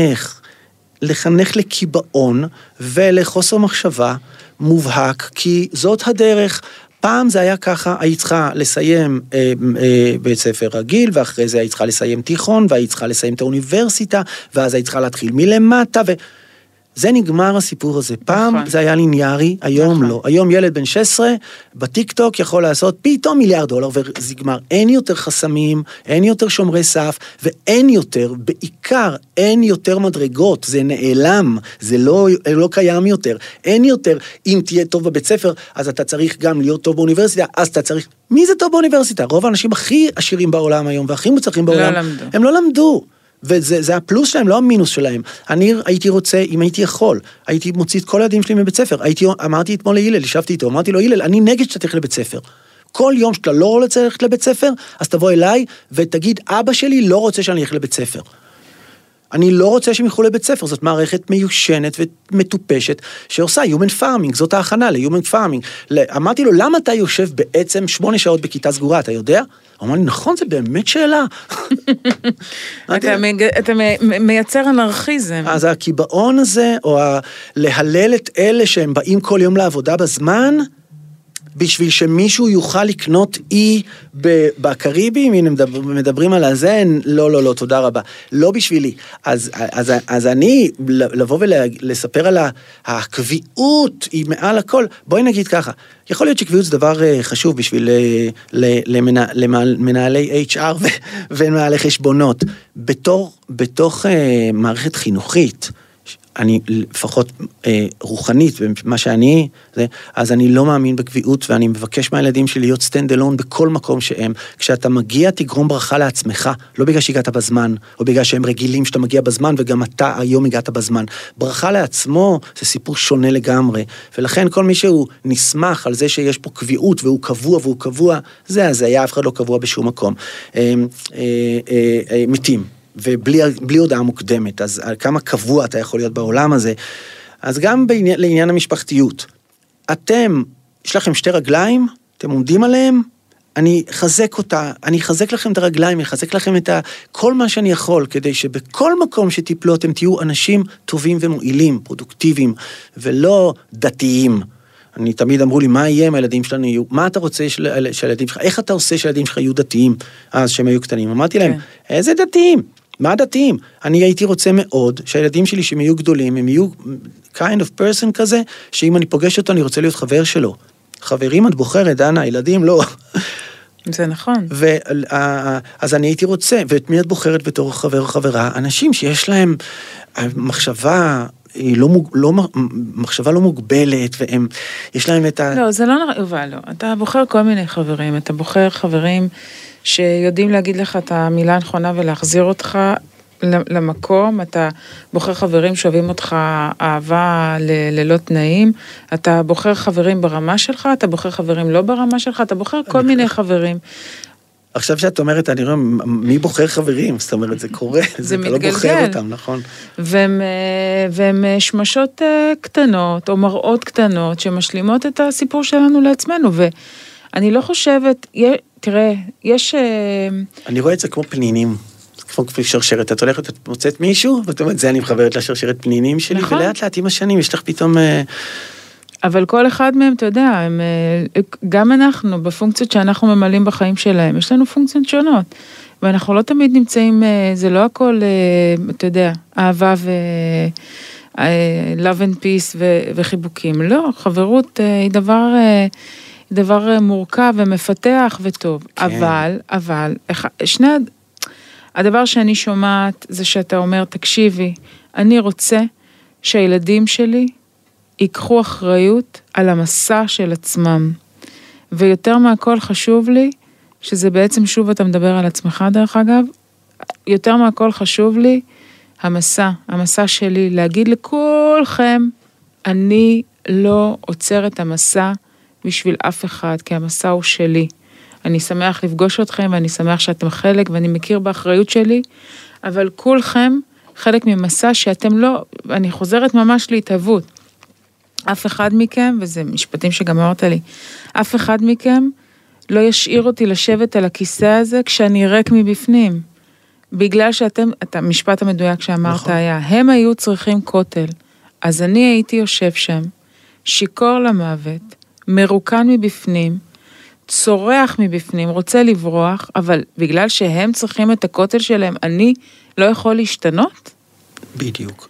לחנך לקיבעון, ולחוסר מחשבה מובהק, כי זאת הדרך... פעם זה היה ככה, היית צריכה לסיים בית ספר רגיל, ואחרי זה היית צריכה לסיים תיכון, והיית צריכה לסיים את האוניברסיטה, ואז היית צריכה להתחיל מלמטה, וזה נגמר הסיפור הזה. פעם זה היה ליניארי, היום לא. היום ילד בן 16, בטיק-טוק יכול לעשות פתאום $1 מיליארד, וזה נגמר. אין יותר חסמים, אין יותר שומרי סף, ואין יותר, בעיקר, אין יותר מדרגות, זה נעלם, זה לא קיים יותר. אין יותר, אם תהיה טוב בבית ספר, אז אתה צריך גם להיות טוב באוניברסיטה, אז אתה צריך... מי זה טוב באוניברסיטה? רוב האנשים הכי עשירים בעולם היום, והכי מוצלחים בעולם, הם לא למדו. וזה הפלוס שלהם, לא המינוס שלהם. אני הייתי רוצה, אם הייתי יכול, הייתי מוציא את כל הילדים שלי מבית ספר. אמרתי אתמול להילל, ישבתי איתו, אמרתי לו, הילל, אני נגד שאתה תלך לבית ספר. כל יום שאתה לא רוצה ללכת לבית ספר, אז תבוא אליי ותגיד, אבא שלי לא רוצה שאני אלך לבית ספר. אני לא רוצה שהם ילכו לבית ספר, זאת מערכת מיושנת ומטופשת, שעושה human farming, זאת ההכנה ל-human farming. אמרתי לו, למה אתה יושב בעצם 8 שעות בכיתה סגורה, אתה יודע? הוא אמר לי, נכון, זה באמת שאלה. אתה מייצר אנרכיזם. אז הקיבעון הזה, או להלל את אלה שהם באים כל יום לעבודה בזמן, בשביל שמישהו יוכל לקנות אי בקריבים, הנה מדברים על הזה, לא, תודה רבה. לא בשבילי. אז אני, לבוא ולספר על הקביעות, היא מעל הכל. בואי נגיד ככה, יכול להיות שקביעות זה דבר חשוב בשביל למנהלי HR ומנהלי חשבונות. בתוך מערכת חינוכית, אני לפחות רוחנית, במה שאני, אז אני לא מאמין בקביעות, ואני מבקש מהילדים שלי להיות stand alone בכל מקום שהם. כשאתה מגיע, תגרום ברכה לעצמך, לא בגלל שהגעת בזמן, או בגלל שהם רגילים שאתה מגיע בזמן, וגם אתה היום הגעת בזמן. ברכה לעצמו זה סיפור שונה לגמרי, ולכן כל מי שהוא נשמח על זה שיש פה קביעות, והוא קבוע, זה היה אף אחד לא קבוע בשום מקום. מתים. ובלי הודעה מוקדמת, אז על כמה קבוע אתה יכול להיות בעולם הזה. אז גם לעניין המשפחתיות, יש לכם 2 רגליים, אתם עומדים עליהם, אני אחזק לכם את הרגליים, אני אחזק לכם את כל מה שאני יכול, כדי שבכל מקום שתיפלו אתם תהיו אנשים טובים ומועילים, פרודוקטיביים, ולא דתיים. אני תמיד אמרו לי, מה יהיה אם הילדים שלנו יהיו, מה אתה רוצה שהילדים שלך, איך אתה עושה שהילדים שלך יהיו דתיים, אז שהם היו קטנים. אמרתי להם, איזה דתיים? מה דתיים? אני הייתי רוצה מאוד שהילדים שלי שהם יהיו גדולים, הם יהיו kind of person כזה, שאם אני פוגש אותו אני רוצה להיות חבר שלו. חברים את בוחרת, דנה, ילדים לא. זה נכון. אז אני הייתי רוצה, ואת מי את בוחרת בתור חבר או חברה? אנשים שיש להם מחשבה מחשבה לא מוגבלת, והם, יש להם את לא, זה לא יובל, לא. אתה בוחר כל מיני חברים, אתה בוחר חברים שיודעים להגיד לך את המילה הנכונה ולהחזיר אותך למקום, אתה בוחר חברים שאוהבים אותך אהבה ללא תנאים, אתה בוחר חברים ברמה שלך, אתה בוחר חברים לא ברמה שלך, אתה בוחר כל מיני חברים. עכשיו שאת אומרת, אני רואה, מי בוחר חברים? זאת אומרת, זה קורה, זה אתה לא בוחר אותם, נכון? והם שמשות קטנות, או מראות קטנות, שמשלימות את הסיפור שלנו לעצמנו, ואני לא חושבת, תראה, יש... אני רואה את זה כמו פנינים, כמו שרשרת, את הולכת, את מוצאת מישהו, ואת אומרת, זה אני מחברת לשרשרת פנינים שלי, ולאט לאט עם השנים, יש לך פתאום... אבל כל אחד מהם, אתה יודע, גם אנחנו, בפונקציות שאנחנו ממלאים בחיים שלהם, יש לנו פונקציות שונות, ואנחנו לא תמיד נמצאים, זה לא הכל, אתה יודע, אהבה love and peace וחיבוקים, לא, חברות היא דבר מורכב ומפתח וטוב, אבל, הדבר שאני שומעת זה שאתה אומר, תקשיבי, אני רוצה שהילדים שלי ייקחו אחריות על המסע של עצמם. ויותר מהכל חשוב לי, שזה בעצם שוב אתה מדבר על עצמך דרך אגב, יותר מהכל חשוב לי, המסע שלי, להגיד לכולכם, אני לא עוצר את המסע בשביל אף אחד, כי המסע הוא שלי. אני שמח לפגוש אתכם, ואני שמח שאתם חלק, ואני מכיר באחריות שלי, אבל כולכם חלק ממסע שאתם לא, אני חוזרת ממש להתאבות. אף אחד מכם, וזה משפטים שגם אמרת לי, אף אחד מכם לא ישאיר אותי לשבת על הכיסא הזה כשאני ריק מבפנים. בגלל שאתם, את המשפט המדויק שאמרת היה, הם היו צריכים כותל, אז אני הייתי יושב שם, שיקור למוות, מרוקן מבפנים, צורח מבפנים, רוצה לברוח, אבל בגלל שהם צריכים את הכותל שלהם, אני לא יכול להשתנות? בדיוק.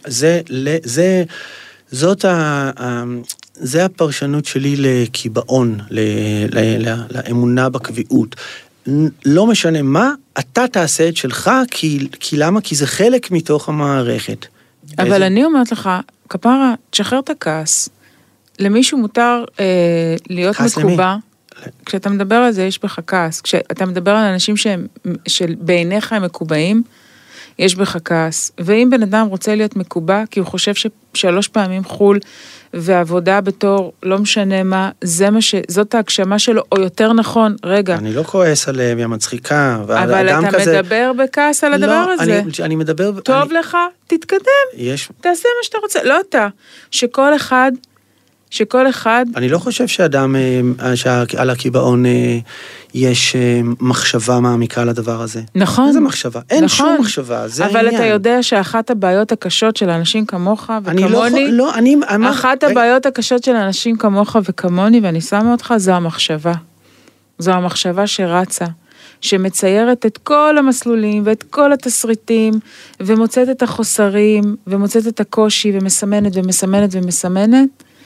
זה הפרשנות שלי לקיבעון, לאמונה בקביעות. לא משנה מה, אתה תעשה את שלך, כי למה? כי זה חלק מתוך המערכת. אבל אני אומרת לך, כפרה, תשחרר את הכעס. למישהו מותר להיות מקובע. כשאתה מדבר על זה, יש בך כעס. כשאתה מדבר על אנשים שבעיניך הם מקובעים, יש בך כעס. ואם בן אדם רוצה להיות מקובע, כי הוא חושב ש3 פעמים חול, ועבודה בתור, לא משנה מה, זאת ההגשמה שלו, או יותר נכון, רגע. אני לא כועס עליהם, היא מצחיקה, אבל אתה מדבר בכעס על הדבר הזה. לא, אני מדבר... טוב לך, תתקדם. תעשה מה שאתה רוצה. לא אתה. שכל אחד שכל אחד... אני לא חושב שאדם, שעל הקיבעון יש מחשבה מעמיקה לדבר הזה. נכון. איזה מחשבה? אין נכון. שום מחשבה, זה העניין. אבל אתה יודע שאחת הבעיות הקשות של אנשים כמוך וכמוני, אחת הבעיות הקשות של אנשים כמוך וכמוני, ואני שמה אותך, זו המחשבה. זו המחשבה שרצה, שמציירת את כל המסלולים ואת כל התסריטים, ומוצאת את החוסרים, ומוצאת את הקושי, ומסמנת ומסמנת ומסמנת,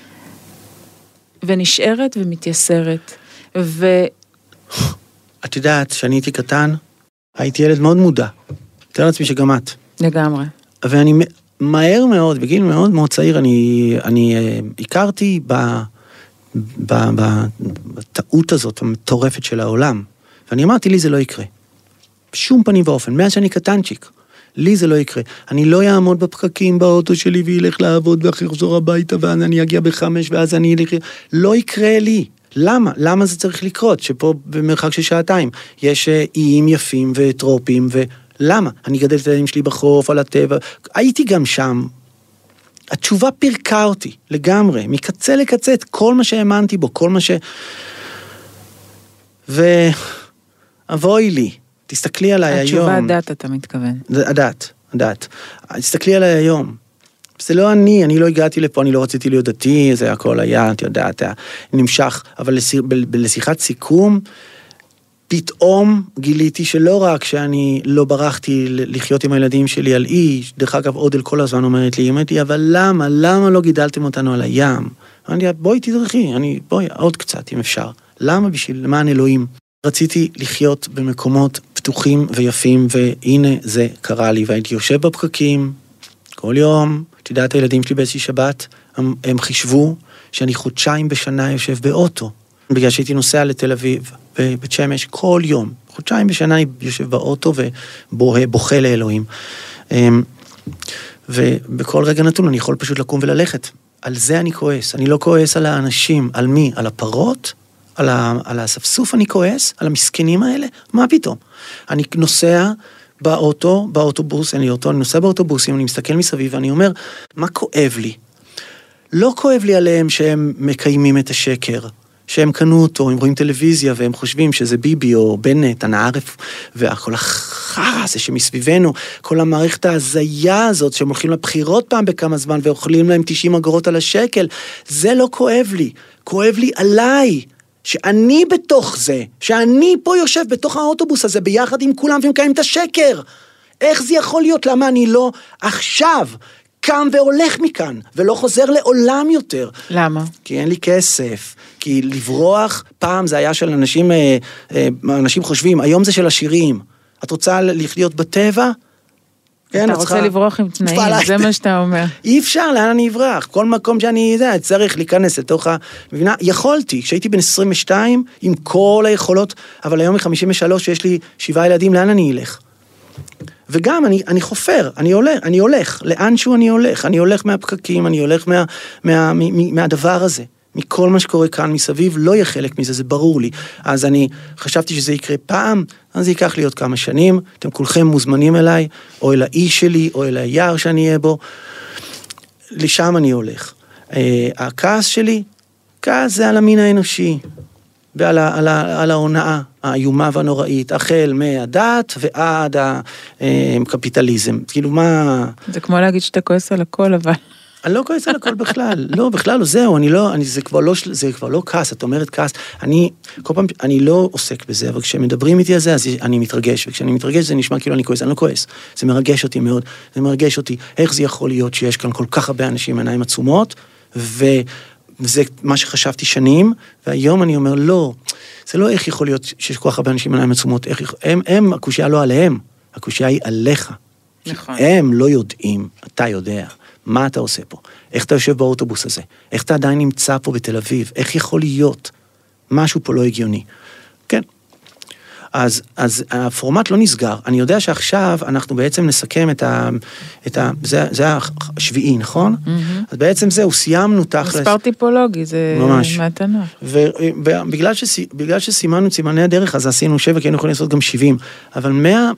ונשארת ומתייסרת. את יודעת, שאני הייתי קטן, הייתי ילד מאוד מודע. תראה לעצמי שגם את. לגמרי. ואני מהר מאוד, בגיל מאוד מאוד צעיר, אני הכרתי בטעות הזאת, המטורפת של העולם. ואני אמרתי, לי זה לא יקרה. בשום פנים ואופן. מאז שאני קטנצ'יק, לי זה לא יקרה. אני לא אעמוד בפקקים באוטו שלי וילך לעבוד ואחרי חזור הביתה, ואז אני אגיע ב5 ואז אני אלך... לא יקרה לי. למה? למה זה צריך לקרות? שפה במרחק של שעתיים יש איים יפים וטרופים, ולמה? אני גדל את הילדים שלי בחוף, על הטבע, הייתי גם שם. התשובה פירקה אותי לגמרי, מקצה לקצה, את כל מה שהאמנתי בו, כל מה ש... ואבוי לי, תסתכלי עליי היום. התשובה הדת, אתה מתכוון. הדת. תסתכלי עליי היום. זה לא אני לא הגעתי לפה, אני לא רציתי להיות דתי, זה הכל היה, את יודעת, נמשך, אבל לשיחת סיכום, פתאום גיליתי שלא רק שאני לא ברחתי לחיות עם הילדים שלי על אי, דרך אגב עוד כל הזמן אומרת לי, אבל למה לא גידלתם אותנו על הים? אמרתי, בואי תדרכי, בואי עוד קצת אם אפשר. למה למען אלוהים? רציתי לחיות במקומות פתוחים ויפים, והנה זה קרה לי, והייתי יושב בפקקים, כל יום, את יודעת, הילדים שלי באיזושהי שבת, הם חישבו שאני חודשיים בשנה יושב באוטו, בגלל שהייתי נוסע לתל אביב, בבית שמש, כל יום, חודשיים בשנה אני יושב באוטו ובוכה לאלוהים. ובכל רגע נתון אני יכול פשוט לקום וללכת. על זה אני כועס. אני לא כועס על האנשים. על מי? על הפרות? על הספסוף אני כועס? על המסכנים האלה? מה פתאום? אני נוסע באוטובוס, אני נוסע באוטובוסים, אני מסתכל מסביב ואני אומר, מה כואב לי? לא כואב לי עליהם שהם מקיימים את השקר, שהם קנו אותו, הם רואים טלוויזיה והם חושבים שזה ביבי או בנט, הנערף, וכל החרא הזה שמסביבנו, כל המערכת ההזיה הזאת, שהם הולכים לבחירות פעם בכמה זמן ואוכלים להם 90 אגורות על השקל, זה לא כואב לי, כואב לי עליי, שאני בתוך זה, שאני פה יושב בתוך האוטובוס הזה ביחד עם כולם ומקיים את השקר. איך זה יכול להיות? למה אני לא עכשיו קם והולך מכאן, ולא חוזר לעולם יותר? למה? כי אין לי כסף, כי לברוח, פעם זה היה של אנשים חושבים, היום זה של עשירים. את רוצה לחיות בטבע? אתה רוצה לברוח עם תנאים, זה מה שאתה אומר. אי אפשר, לאן אני אברח? כל מקום שאני צריך להיכנס לתוך המבינה, יכולתי, כשהייתי בן 22, עם כל היכולות, אבל היום מ-53 שיש לי 7 ילדים, לאן אני אלך? וגם אני חופר, אני הולך, לאנשהו אני הולך מהפקקים, אני הולך מהדבר הזה. מכל מה שקורה כאן מסביב, לא יהיה חלק מזה, זה ברור לי. אז אני חשבתי שזה יקרה פעם, אז זה ייקח לי עוד כמה שנים, אתם כולכם מוזמנים אליי, או אל האיש שלי, או אל היער שאני אהיה בו, לשם אני הולך. הכעס שלי, כעס זה על המין האנושי, ועל ההונאה, האיומה והנוראית, החל מהדת ועד הקפיטליזם. כאילו מה... זה כמו להגיד שאתה כועס על הכל, אבל... אני לא כועס על הכל בכלל, לא, בכלל לא, זהו, זה כבר לא כעס, את אומרת כעס, כל פעם, אני לא עוסק בזה, אבל כשמדברים איתי על זה, אז אני מתרגש, וכשאני מתרגש זה נשמע כאילו אני כועס, אני לא כועס, זה מרגש אותי מאוד, זה מרגש אותי, איך זה יכול להיות שיש כאן כל כך הרבה אנשים עם עיניים עצומות, וזה מה שחשבתי שנים, והיום אני אומר, לא, זה לא איך יכול להיות שיש כל כך הרבה אנשים עם עיניים עצומות, הקושיה לא עליהם, הקושיה היא עליך, נכון. הם לא יודעים, אתה יודע. מה אתה עושה פה? איך אתה יושב באוטובוס הזה? איך אתה עדיין נמצא פה בתל אביב? איך יכול להיות? משהו פה לא הגיוני. כן. אז הפורמט לא נסגר. אני יודע שעכשיו אנחנו בעצם נסכם זה השביעי, נכון? אז בעצם זהו, סיימנו תכלס. מספר טיפולוגי, זה מהתנ"ך. ובגלל שסימנו סימני הדרך, אז עשינו 7, כי היינו יכולים לעשות גם 70. אבל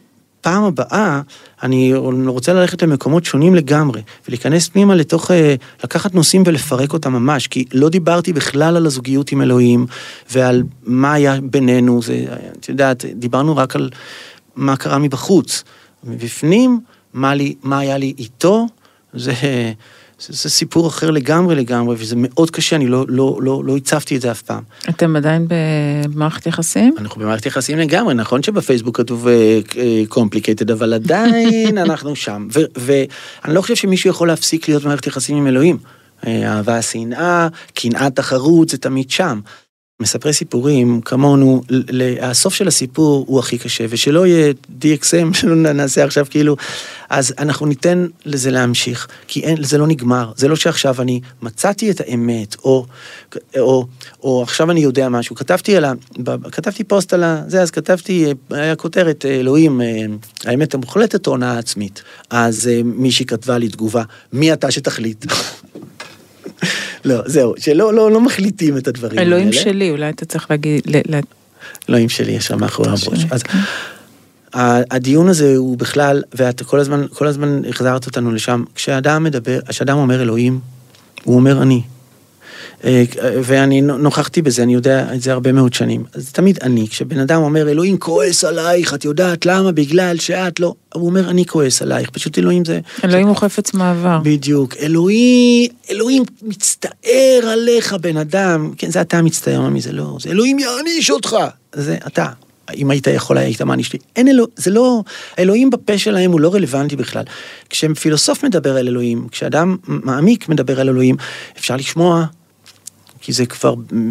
בפעם הבאה, אני רוצה ללכת למקומות שונים לגמרי, ולהיכנס פנימה לתוך, לקחת נושאים ולפרק אותם ממש, כי לא דיברתי בכלל על הזוגיות עם אלוהים, ועל מה היה בינינו, את יודעת, דיברנו רק על מה קרה מבחוץ. מבפנים, מה היה לי איתו, זה סיפור אחר לגמרי, וזה מאוד קשה, אני לא הצפתי את זה אף פעם. אתם עדיין במערכת יחסים? אנחנו במערכת יחסים לגמרי, נכון שבפייסבוק כתוב complicated, אבל עדיין אנחנו שם, ואני לא חושב שמישהו יכול להפסיק להיות במערכת יחסים עם אלוהים. אהבה, שנאה, קנאה, תחרות, זה תמיד שם. מספרי סיפורים, כמונו, הסוף של הסיפור הוא הכי קשה, ושלא יהיה DXM, שלא נעשה עכשיו כאילו, אז אנחנו ניתן לזה להמשיך, כי זה לא נגמר, זה לא שעכשיו אני מצאתי את האמת, או עכשיו אני יודע משהו, כתבתי פוסט על זה, אז כתבתי, היה כותרת אלוהים, האמת המוחלטת או הונאה עצמית, אז מישהי כתבה לי תגובה, מי אתה שתחליט? לא, זהו, שלא מחליטים את הדברים האלה. אלוהים שלי, אולי אתה צריך להגיד... אלוהים שלי, יש שם מאחורי הבוש. אז הדיון הזה הוא בכלל, ואתה כל הזמן החזרת אותנו לשם, כשאדם מדבר, כשאדם אומר אלוהים, הוא אומר אני. ואני נוכחתי בזה, אני יודע את זה הרבה מאוד שנים. אז תמיד אני, כשבן אדם אומר, אלוהים כועס עלייך, את יודעת למה? בגלל שאת לא, הוא אומר, אני כועס עלייך, פשוט אלוהים זה... אלוהים הוא חפץ מעבר. בדיוק, אלוהים מצטער עליך, בן אדם, כן, זה אתה מצטער, ממי, זה לא, זה אלוהים יעניש אותך, זה אתה. אם היית יכול, היית מעניש לי. אין זה לא, אלוהים בפה שלהם הוא לא רלוונטי בכלל. כשפילוסוף מדבר על אלוהים, כשאדם מעמיק מדבר על אלוהים, אפשר לשמוע, כי זה כבר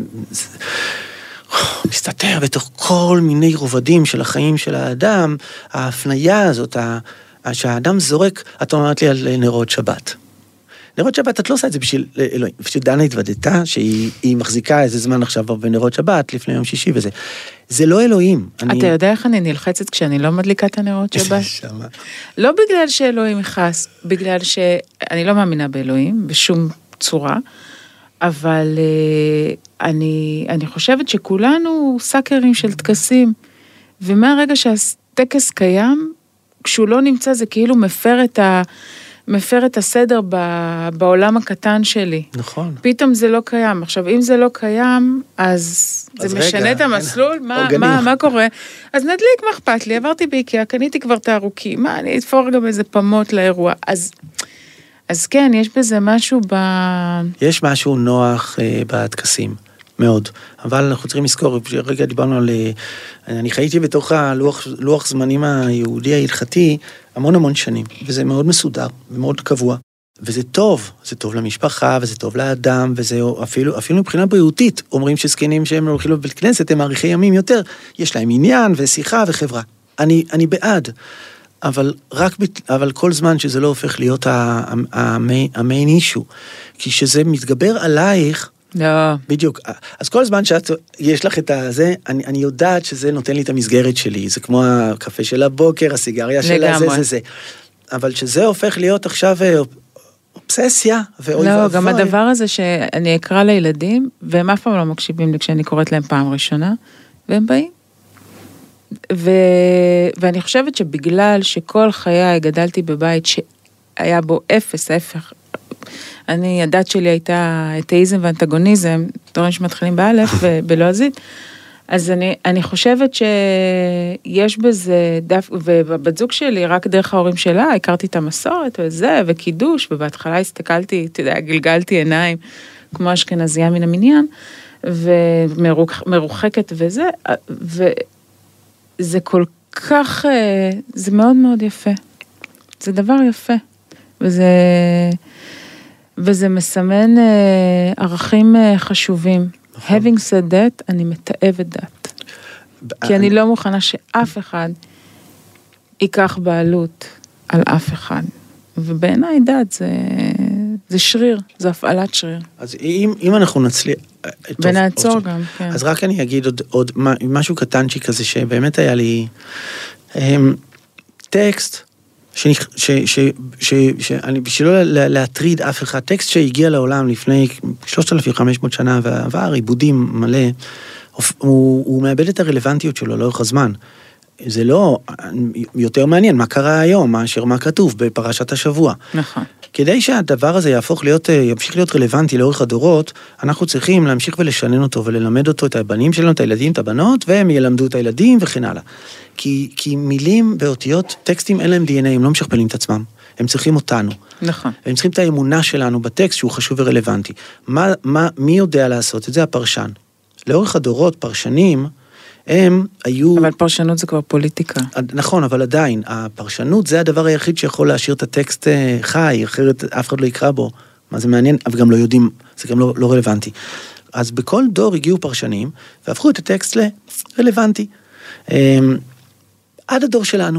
מסתתר בתוך כל מיני רובדים של החיים של האדם, ההפניה הזאת, שהאדם זורק, את אומרת לי על נרות שבת. נרות שבת, את לא עושה את זה בשביל אלוהים, בשביל דנה התוודתה, שהיא מחזיקה איזה זמן עכשיו בנרות שבת, לפני יום שישי וזה. זה לא אלוהים. אתה יודע איך אני נלחצת כשאני לא מדליקה את הנרות שבת? לא בגלל שאלוהים יכעס, בגלל שאני לא מאמינה באלוהים, בשום צורה, אבל אני חושבת שכולנו סאקרים של טקסים, ומהרגע שהטקס קיים, כשהוא לא נמצא זה כאילו מפר את הסדר בעולם הקטן שלי. נכון. פתאום זה לא קיים. עכשיו, אם זה לא קיים, אז זה משנה את המסלול? מה קורה? אז נדליק, מה אכפת לי? עברתי באיקאה, קניתי כבר את הארוכים, מה, אני אתפור גם איזה פעמות לאירוע. אז כן, יש בזה משהו יש משהו נוח בטקסים, מאוד. אבל אנחנו צריכים לזכור, רגע דיברנו על... אני חייתי בתוך הלוח זמנים היהודי ההלכתי המון שנים, וזה מאוד מסודר ומאוד קבוע. וזה טוב, זה טוב למשפחה, וזה טוב לאדם, וזה אפילו מבחינה בריאותית, אומרים שזקנים שהם הולכים לבית כנסת, הם מאריכי ימים יותר, יש להם עניין ושיחה וחברה. אני בעד. אבל כל זמן שזה לא הופך להיות המיין אישו, כי שזה מתגבר עלייך, לא. בדיוק, אז כל זמן שיש לך את זה, אני יודעת שזה נותן לי את המסגרת שלי, זה כמו הקפה של הבוקר, הסיגריה של זה. אבל שזה הופך להיות עכשיו אובססיה, לא, גם הדבר הזה שאני אקרא לילדים, והם אף פעם לא מקשיבים לי כשאני קוראת להם פעם ראשונה, והם באים. ואני חושבת שבגלל שכל חיי גדלתי בבית שהיה בו אפס, ההפך, הדת שלי הייתה אתאיזם ואנטגוניזם, תורים שמתחילים באלף ובלועזית, אז אני חושבת שיש בזה, ובבת זוג שלי, רק דרך ההורים שלה, הכרתי את המסורת וזה, וקידוש, ובהתחלה הסתכלתי, אתה יודע, גלגלתי עיניים, כמו אשכנזייה מן המניין, ומרוחקת וזה, זה כל כך, זה מאוד מאוד יפה. זה דבר יפה. וזה מסמן ערכים חשובים. Having said that, אני מתאהבת דת. כי אני לא מוכנה שאף אחד ייקח בעלות על אף אחד. ובעיניי דת זה שריר, זה הפעלת שריר. אז אם אנחנו נצליח... ונעצור גם, כן. אז רק אני אגיד עוד משהו קטנצ'י כזה, שבאמת היה לי טקסט, שאני בשביל לא להטריד אף אחד, טקסט שהגיע לעולם לפני 3,500 שנה, ועבר עיבודים מלא, הוא מאבד את הרלוונטיות שלו לאורך הזמן. זה לא יותר מעניין מה קרה היום, מאשר מה כתוב בפרשת השבוע. נכון. כדי שהדבר הזה ימשיך להיות רלוונטי לאורך הדורות, אנחנו צריכים להמשיך ולשנן אותו וללמד אותו את הבנים שלנו, את הילדים, את הבנות, והם ילמדו את הילדים וכן הלאה. כי מילים באותיות, טקסטים אין להם DNA, הם לא משכפלים את עצמם. הם צריכים אותנו. נכון. הם צריכים את האמונה שלנו בטקסט שהוא חשוב ורלוונטי. מי יודע לעשות את זה? הפרשן. לאורך הדורות, פרשנים, הם היו... אבל פרשנות זה כבר פוליטיקה. נכון, אבל עדיין, הפרשנות זה הדבר היחיד שיכול להשאיר את הטקסט חי, אחרת אף אחד לא יקרא בו. מה זה מעניין, אבל גם לא יודעים, זה גם לא רלוונטי. אז בכל דור הגיעו פרשנים, והפכו את הטקסט לרלוונטי. עד הדור שלנו.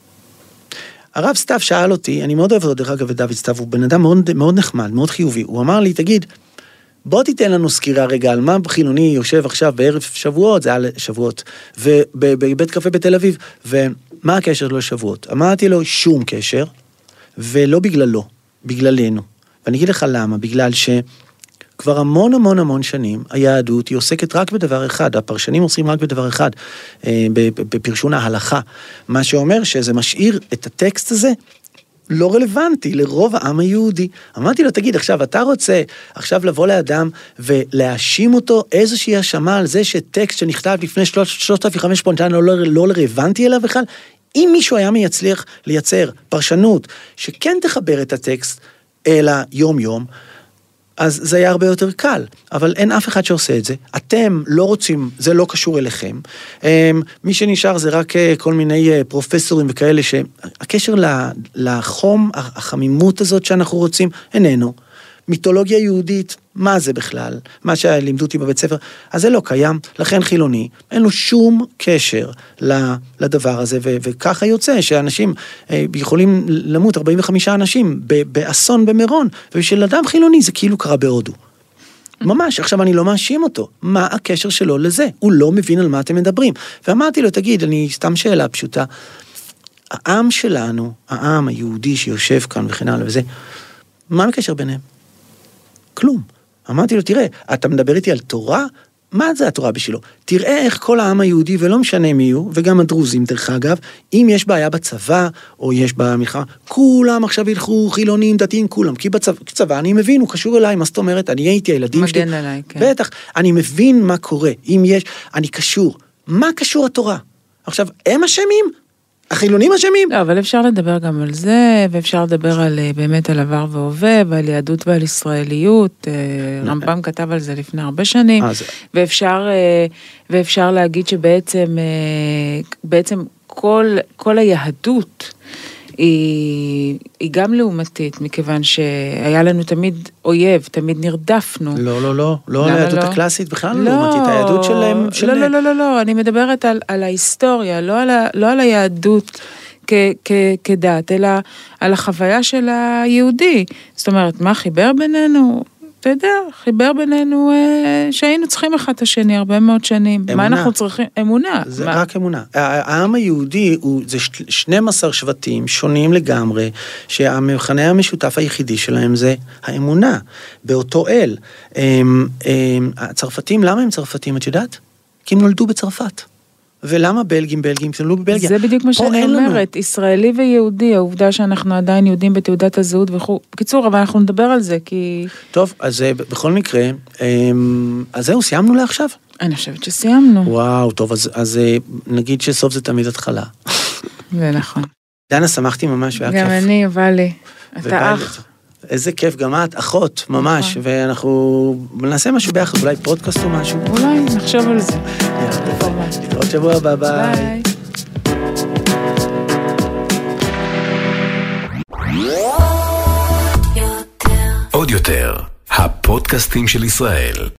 הרב סתיו שאל אותי, אני מאוד אוהב אותו דרך אגב את דוד סתיו, הוא בן אדם מאוד, מאוד נחמד, מאוד חיובי. הוא אמר לי, תגיד, בוא תיתן לנו סקירה רגע על מה חילוני יושב עכשיו בערב שבועות, זה היה שבועות, ובבית קפה בתל אביב, ומה הקשר שלו לשבועות? אמרתי לו, שום קשר, ולא בגללו, בגללנו. ואני אגיד לך למה, בגלל שכבר המון המון המון שנים, היהדות היא עוסקת רק בדבר אחד, הפרשנים עושים רק בדבר אחד, בפרשון ההלכה, מה שאומר שזה משאיר את הטקסט הזה, לא רלוונטי לרוב העם היהודי. אמרתי לו, תגיד, עכשיו אתה רוצה עכשיו לבוא לאדם ולהאשים אותו איזושהי האשמה על זה שטקסט שנכתב לפני 3,500 שנה לא רלוונטי אליו בכלל? אם מישהו היה מצליח לייצר פרשנות שכן תחבר את הטקסט אלא יום-יום, אז זה היה הרבה יותר קל, אבל אין אף אחד שעושה את זה. אתם לא רוצים, זה לא קשור אליכם. מי שנשאר זה רק כל מיני פרופסורים וכאלה שהקשר לחום, החמימות הזאת שאנחנו רוצים, איננו. מיתולוגיה יהודית, מה זה בכלל? מה שלימדו אותי בבית ספר, אז זה לא קיים, לכן חילוני, אין לו שום קשר לדבר הזה, וככה יוצא שאנשים יכולים למות 45 אנשים באסון במירון, ובשביל אדם חילוני זה כאילו קרה בהודו. ממש, עכשיו אני לא מאשים אותו, מה הקשר שלו לזה? הוא לא מבין על מה אתם מדברים. ואמרתי לו, תגיד, אני סתם שאלה פשוטה, העם שלנו, העם היהודי שיושב כאן וכן הלאה וזה, מה הקשר ביניהם? כלום. אמרתי לו, תראה, אתה מדבר איתי על תורה? מה זה התורה בשבילו? תראה איך כל העם היהודי, ולא משנה מי הוא, וגם הדרוזים דרך אגב, אם יש בעיה בצבא, או יש במלחמה, כולם עכשיו ילכו חילונים, דתיים, כולם, כי בצבא אני מבין, הוא קשור אליי, מה זאת אומרת? אני הייתי, הילדים שלי. מגן עליי, כן. בטח, אני מבין מה קורה, אם יש, אני קשור. מה קשור התורה? עכשיו, הם אשמים? החילונים אשמים? לא, אבל אפשר לדבר גם על זה, ואפשר לדבר על, באמת על עבר והווה, ועל יהדות ועל ישראליות, רמב"ם כתב על זה לפני הרבה שנים, ואפשר להגיד שבעצם כל היהדות היא גם לעומתית, מכיוון שהיה לנו תמיד אויב, תמיד נרדפנו. לא, היהדות הקלאסית בכלל לא לעומתית, היהדות שלהם... לא, אני מדברת על ההיסטוריה, לא על היהדות כדת, אלא על החוויה של היהודי. זאת אומרת, מה חיבר בינינו? אתה יודע, חיבר בינינו שהיינו צריכים אחד את השני הרבה מאוד שנים. אמונה. מה אנחנו צריכים? אמונה. זה רק אמונה. העם היהודי זה 12 שבטים שונים לגמרי, שהמכנה המשותף היחידי שלהם זה האמונה, באותו אל. הצרפתים, למה הם צרפתים, את יודעת? כי הם נולדו בצרפת. ולמה בלגים, הם נולדו בבלגיה. זה בדיוק מה שאני אומרת, ישראלי ויהודי, העובדה שאנחנו עדיין יהודים בתעודת הזהות וכו'. בקיצור, אבל אנחנו נדבר על זה, כי... טוב, אז בכל מקרה, אז זהו, סיימנו לעכשיו? אני חושבת שסיימנו. וואו, טוב, אז נגיד שסוף זה תמיד התחלה. זה נכון. דנה, שמחתי ממש, והיה כיף. גם אני, אבל אתה אח. איזה כיף, גם את, אחות, ממש, ואנחנו נעשה משהו ביחד, אולי פודקאסט או משהו. אולי, נחשוב על זה. עוד שבוע הבא, ביי. עוד יותר, הפודקאסטים של ישראל.